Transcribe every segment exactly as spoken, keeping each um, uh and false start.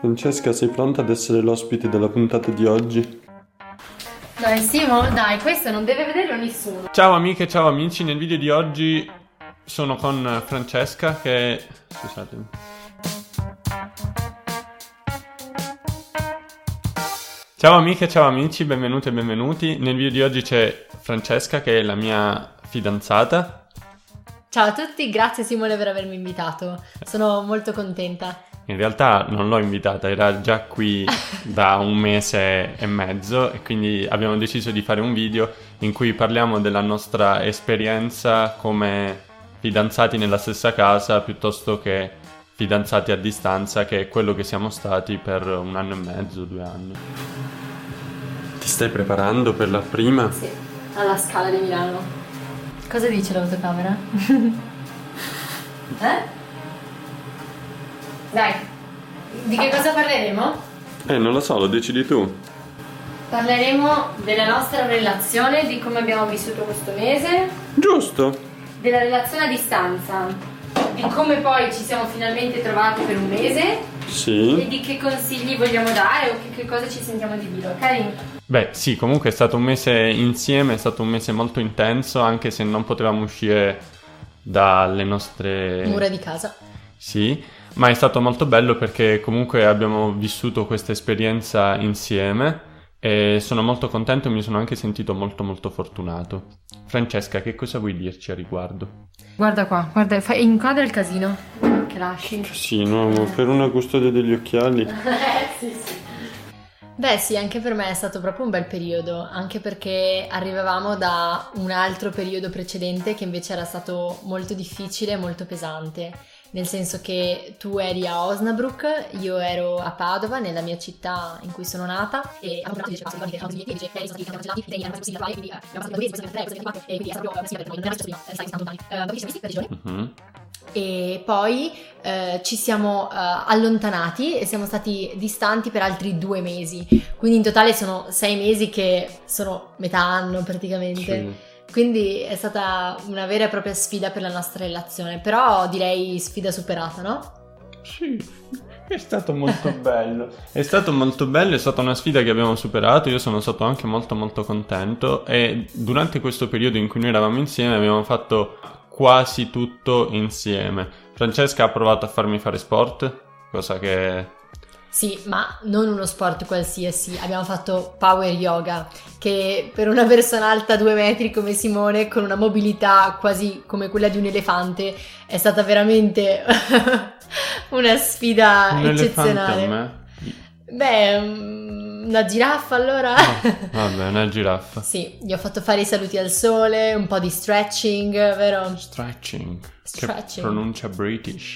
Francesca, sei pronta ad essere l'ospite della puntata di oggi? Dai Simo, dai, questo non deve vederlo nessuno. Ciao amiche, ciao amici, nel video di oggi sono con Francesca che... Scusatemi. Ciao amiche, ciao amici, benvenute e benvenuti. Nel video di oggi c'è Francesca che è la mia fidanzata. Ciao a tutti, grazie Simone per avermi invitato, sono molto contenta. In realtà non l'ho invitata, era già qui da un mese e mezzo e quindi abbiamo deciso di fare un video in cui parliamo della nostra esperienza come fidanzati nella stessa casa piuttosto che fidanzati a distanza, che è quello che siamo stati per un anno e mezzo, due anni. Ti stai preparando per la prima? Sì, alla Scala di Milano. Cosa dice l'autocamera? eh? Dai, di che cosa parleremo? Eh, non lo so, lo decidi tu. Parleremo della nostra relazione, di come abbiamo vissuto questo mese. Giusto. Della relazione a distanza, di come poi ci siamo finalmente trovati per un mese. Sì. E di che consigli vogliamo dare o che, che cosa ci sentiamo di dire, ok? Beh, sì, comunque è stato un mese insieme, è stato un mese molto intenso, anche se non potevamo uscire dalle nostre... mura di casa. Sì, ma è stato molto bello perché comunque abbiamo vissuto questa esperienza insieme e sono molto contento e mi sono anche sentito molto molto fortunato. Francesca, che cosa vuoi dirci a riguardo? Guarda qua, guarda, fai, inquadra il casino che lasci. Sì, no, per una custodia degli occhiali. sì, sì. Beh sì, anche per me è stato proprio un bel periodo, anche perché arrivavamo da un altro periodo precedente che invece era stato molto difficile e molto pesante, nel senso che tu eri a Osnabrück, io ero a Padova, nella mia città in cui sono nata, e abbiamo parlato di questi che erano i miei lei sono stati cancellati, lei era così naturale, quindi abbiamo fatto due mesi, poi siamo tre, e quindi è stato sì, per noi, non era successo prima, stai stando lontani. Dopo ci siamo visti per giorni. Mm-hmm. E poi eh, ci siamo eh, allontanati e siamo stati distanti per altri due mesi, quindi in totale sono sei mesi che sono metà anno praticamente. Sì. Quindi è stata una vera e propria sfida per la nostra relazione, però direi sfida superata, no? Sì, è stato molto bello. È stato molto bello, è stata una sfida che abbiamo superato, io sono stato anche molto molto contento e durante questo periodo in cui noi eravamo insieme abbiamo fatto quasi tutto insieme. Francesca ha provato a farmi fare sport, cosa che... Sì, ma non uno sport qualsiasi, abbiamo fatto power yoga, che per una persona alta due metri come Simone, con una mobilità quasi come quella di un elefante, è stata veramente una sfida un eccezionale. Elefante a me? Beh, una giraffa allora? No, vabbè, una giraffa. Sì, gli ho fatto fare i saluti al sole, un po' di stretching, vero? Stretching. Stretching. Che pronuncia British.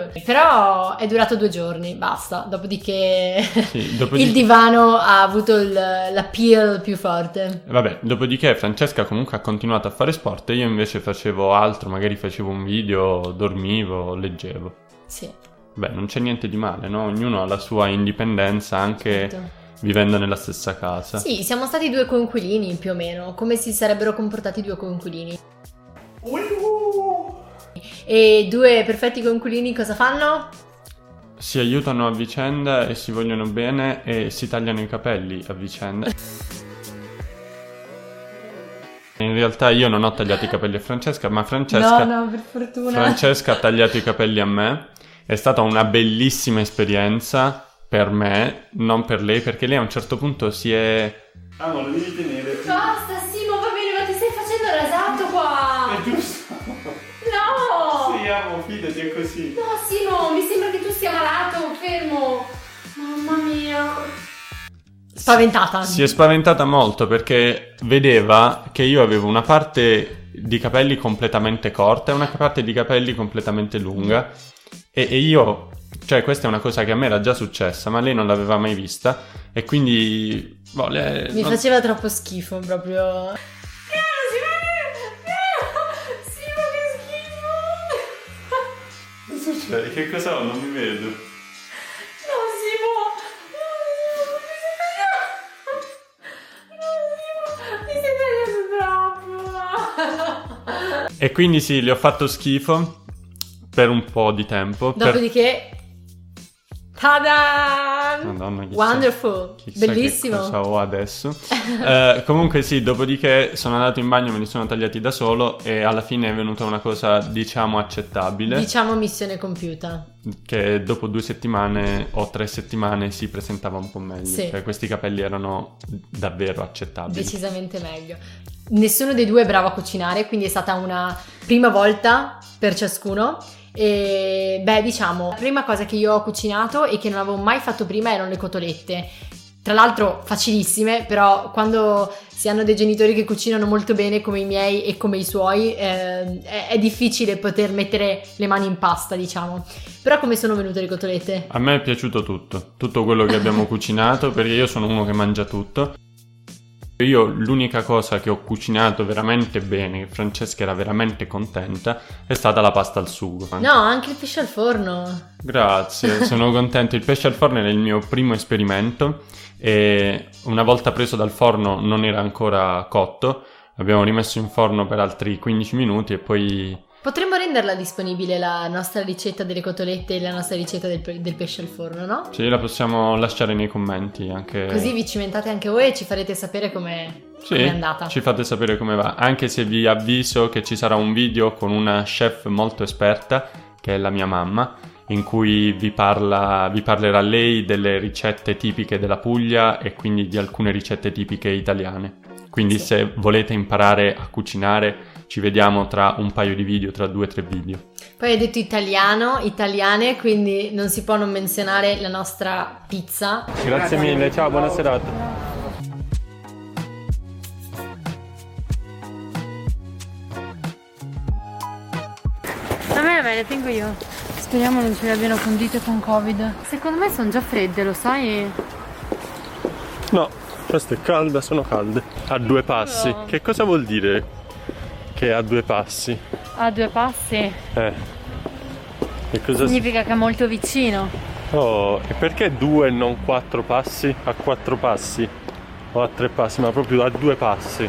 Però è durato due giorni, basta. Dopodiché sì, dopodiché... il divano ha avuto il, l'appeal più forte. Vabbè, dopodiché Francesca comunque ha continuato a fare sport e io invece facevo altro, magari facevo un video, dormivo, leggevo. Sì. Beh, non c'è niente di male, no? Ognuno ha la sua indipendenza anche... Certo. Vivendo nella stessa casa. Sì, siamo stati due coinquilini più o meno, come si sarebbero comportati due coinquilini. Uh! E due perfetti coinquilini cosa fanno? Si aiutano a vicenda e si vogliono bene e si tagliano i capelli a vicenda. In realtà io non ho tagliato i capelli a Francesca, ma Francesca... No, no, per fortuna. Francesca ha tagliato i capelli a me. È stata una bellissima esperienza. Per me, non per lei, perché lei a un certo punto si è... Ah, non lo devi tenere. Basta, Simo, va bene, ma ti stai facendo rasato qua. È giusto. No. Sì, amo, fidati, è così. No, Simo, mi sembra che tu sia malato, fermo. Mamma mia. Spaventata. Si è spaventata molto perché vedeva che io avevo una parte di capelli completamente corta e una parte di capelli completamente lunga. E, e io... Cioè, questa è una cosa che a me era già successa, ma lei non l'aveva mai vista. E quindi... Boh, le, Mi non... faceva troppo schifo, proprio... No, Simo, che schifo! Che succede? Che cosa ho? Non mi vedo. No, Simo! No, Simo! Mi stai tagliando troppo! E quindi sì, le ho fatto schifo per un po' di tempo. Dopodiché... Per... Tada! Madonna, chissà, Wonderful! chissà Bellissimo! Che cosa ho adesso. eh, comunque sì, dopodiché sono andato in bagno, me li sono tagliati da solo e alla fine è venuta una cosa, diciamo, accettabile. Diciamo missione compiuta. Che dopo due settimane o tre settimane si presentava un po' meglio. Sì. Cioè questi capelli erano davvero accettabili. Decisamente meglio. Nessuno dei due è bravo a cucinare, quindi è stata una prima volta per ciascuno. E beh, diciamo, la prima cosa che io ho cucinato e che non avevo mai fatto prima erano le cotolette. Tra l'altro facilissime, però quando si hanno dei genitori che cucinano molto bene come i miei e come i suoi, eh, è, è difficile poter mettere le mani in pasta, diciamo. Però come sono venute le cotolette? A me è piaciuto tutto, tutto quello che abbiamo cucinato, perché io sono uno che mangia tutto. Io l'unica cosa che ho cucinato veramente bene, che Francesca era veramente contenta, è stata la pasta al sugo. No, anche il pesce al forno. Grazie, sono contento. Il pesce al forno era il mio primo esperimento e una volta preso dal forno non era ancora cotto, l'abbiamo rimesso in forno per altri quindici minuti e poi... Potremmo renderla disponibile la nostra ricetta delle cotolette e la nostra ricetta del, del pesce al forno, no? Sì, la possiamo lasciare nei commenti anche... Così vi cimentate anche voi e ci farete sapere come sì, è andata. Ci fate sapere come va, anche se vi avviso che ci sarà un video con una chef molto esperta, che è la mia mamma, in cui vi, parla, vi parlerà lei delle ricette tipiche della Puglia e quindi di alcune ricette tipiche italiane. Quindi sì. Se volete imparare a cucinare, ci vediamo tra un paio di video, tra due o tre video. Poi hai detto italiano, italiane, quindi non si può non menzionare la nostra pizza. Grazie mille, ciao, buona serata. A me me le tengo io. Speriamo non ce le abbiano condite con Covid. Secondo me sono già fredde, lo sai? No, questa è calda, sono calde. A due passi. No. Che cosa vuol dire che è a due passi? A due passi? Eh. Che cosa Significa che è molto vicino. Oh, e perché due e non quattro passi? A quattro passi? O a tre passi, ma proprio a due passi?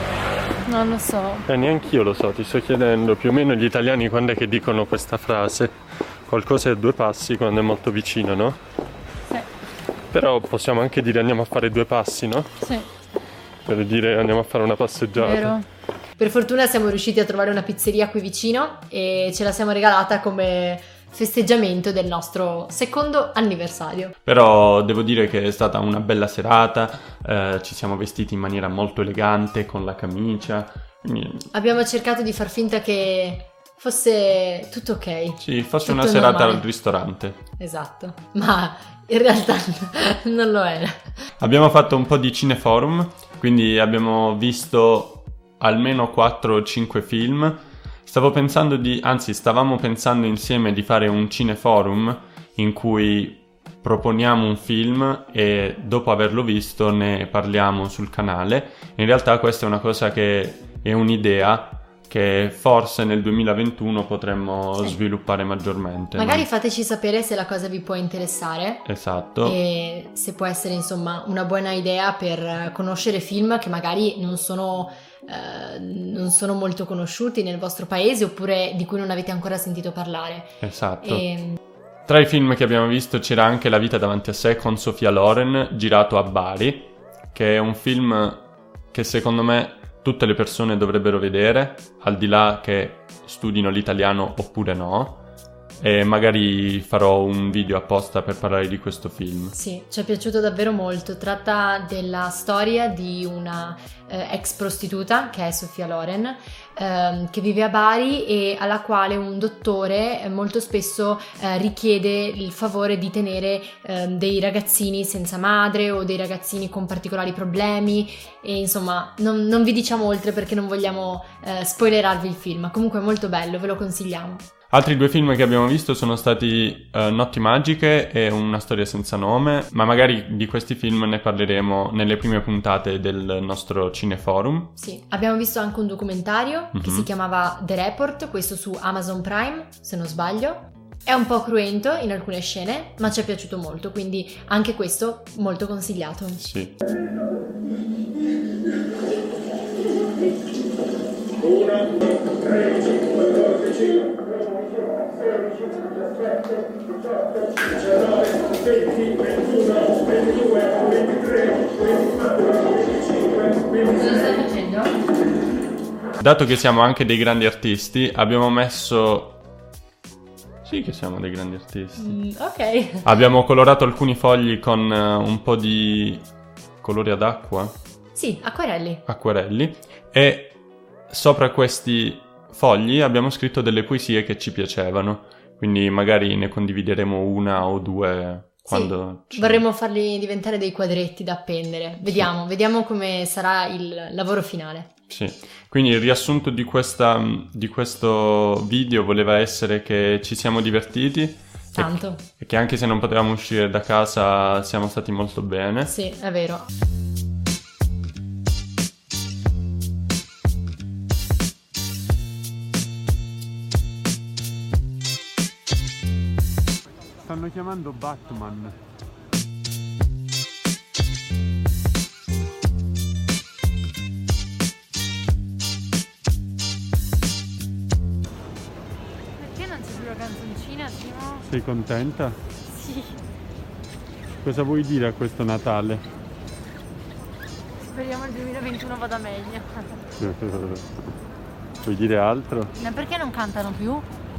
Non lo so. Eh, neanch'io lo so, ti sto chiedendo. Più o meno gli italiani quando è che dicono questa frase? Qualcosa è a due passi quando è molto vicino, no? Sì. Però possiamo anche dire andiamo a fare due passi, no? Sì. Per dire andiamo a fare una passeggiata. Vero. Per fortuna siamo riusciti a trovare una pizzeria qui vicino e ce la siamo regalata come festeggiamento del nostro secondo anniversario. Però devo dire che è stata una bella serata, eh, ci siamo vestiti in maniera molto elegante con la camicia. Quindi... Abbiamo cercato di far finta che fosse tutto ok. Sì, fosse tutto una serata normale. al ristorante. Esatto, ma in realtà non lo era. Abbiamo fatto un po' di cineforum, quindi abbiamo visto almeno quattro o cinque film. Stavo pensando di, anzi stavamo pensando insieme di fare un cineforum in cui proponiamo un film e dopo averlo visto ne parliamo sul canale. In realtà questa è una cosa che è un'idea che forse nel duemilaventuno potremmo sì. sviluppare maggiormente. Magari no? fateci sapere se la cosa vi può interessare. Esatto. E se può essere insomma una buona idea per conoscere film che magari non sono... Uh, non sono molto conosciuti nel vostro paese oppure di cui non avete ancora sentito parlare. Esatto. E... Tra i film che abbiamo visto c'era anche La vita davanti a sé con Sofia Loren, girato a Bari, che è un film che secondo me tutte le persone dovrebbero vedere, al di là che studino l'italiano oppure no. E magari farò un video apposta per parlare di questo film. Sì, ci è piaciuto davvero molto. Tratta della storia di una eh, ex prostituta che è Sofia Loren, ehm, che vive a Bari e alla quale un dottore eh, molto spesso eh, richiede il favore di tenere eh, dei ragazzini senza madre o dei ragazzini con particolari problemi. E insomma non, non vi diciamo oltre perché non vogliamo eh, spoilerarvi il film. Comunque è molto bello, ve lo consigliamo. Altri due film che abbiamo visto sono stati uh, Notti Magiche e Una storia senza nome, ma magari di questi film ne parleremo nelle prime puntate del nostro cineforum. Sì, abbiamo visto anche un documentario Mm-hmm. che si chiamava The Report, questo su Amazon Prime, se non sbaglio. È un po' cruento in alcune scene, ma ci è piaciuto molto, quindi anche questo molto consigliato. Sì. uno, tre, quattordici Cosa stai facendo? Dato che siamo anche dei grandi artisti, abbiamo messo... Sì che siamo dei grandi artisti. Mm, ok. Abbiamo colorato alcuni fogli con uh, un po' di colori ad acqua, Sì, acquerelli. acquerelli, e sopra questi fogli abbiamo scritto delle poesie che ci piacevano, quindi magari ne condivideremo una o due quando... Sì, ci... vorremmo farli diventare dei quadretti da appendere. Vediamo, sì. Vediamo come sarà il lavoro finale. Sì, quindi il riassunto di, questa, di questo video voleva essere che ci siamo divertiti. Tanto. E, e che anche se non potevamo uscire da casa siamo stati molto bene. Sì, è vero. Stanno chiamando Batman. Canzoncina, Simo? Sei contenta? Sì. Cosa vuoi dire a questo Natale? Speriamo il duemilaventuno vada meglio. Vuoi dire altro? Ma perché non cantano più?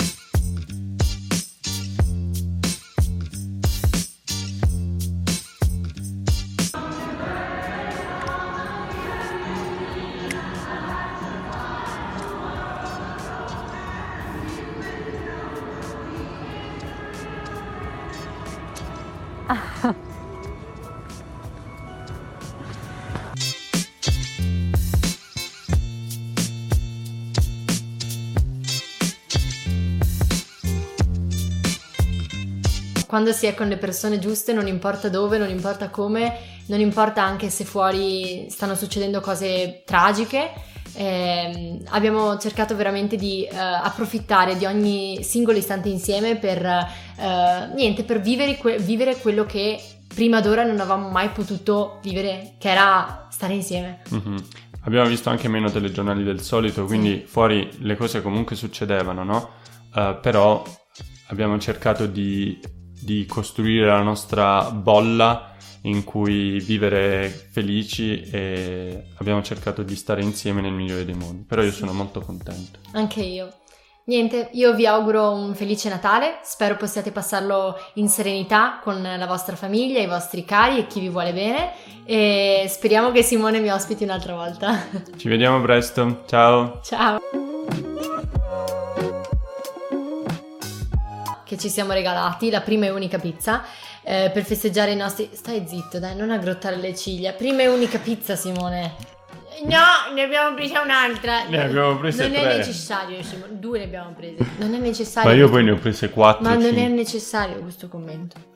Quando si è con le persone giuste, non importa dove, non importa come, non importa anche se fuori stanno succedendo cose tragiche, eh, abbiamo cercato veramente di eh, approfittare di ogni singolo istante insieme per, eh, niente, per vivere, que- vivere quello che prima d'ora non avevamo mai potuto vivere, che era stare insieme. Mm-hmm. Abbiamo visto anche meno telegiornali del solito, quindi sì. Fuori le cose comunque succedevano, no? Uh, però abbiamo cercato di... di costruire la nostra bolla in cui vivere felici, e abbiamo cercato di stare insieme nel migliore dei modi. Però io sì. Sono molto contento. Anche io. Niente, io vi auguro un felice Natale, spero possiate passarlo in serenità con la vostra famiglia, i vostri cari e chi vi vuole bene, e speriamo che Simone mi ospiti un'altra volta. Ci vediamo presto, ciao! Ciao! Che ci siamo regalati, la prima e unica pizza, eh, per festeggiare i nostri... Stai zitto, dai, non aggrottare le ciglia. Prima e unica pizza, Simone. No, ne abbiamo presa un'altra. Ne abbiamo prese non tre. Non è necessario, Simone. Due ne abbiamo prese. Non è necessario. Ma io poi ne ho prese quattro. Ma non cinque. è necessario questo commento.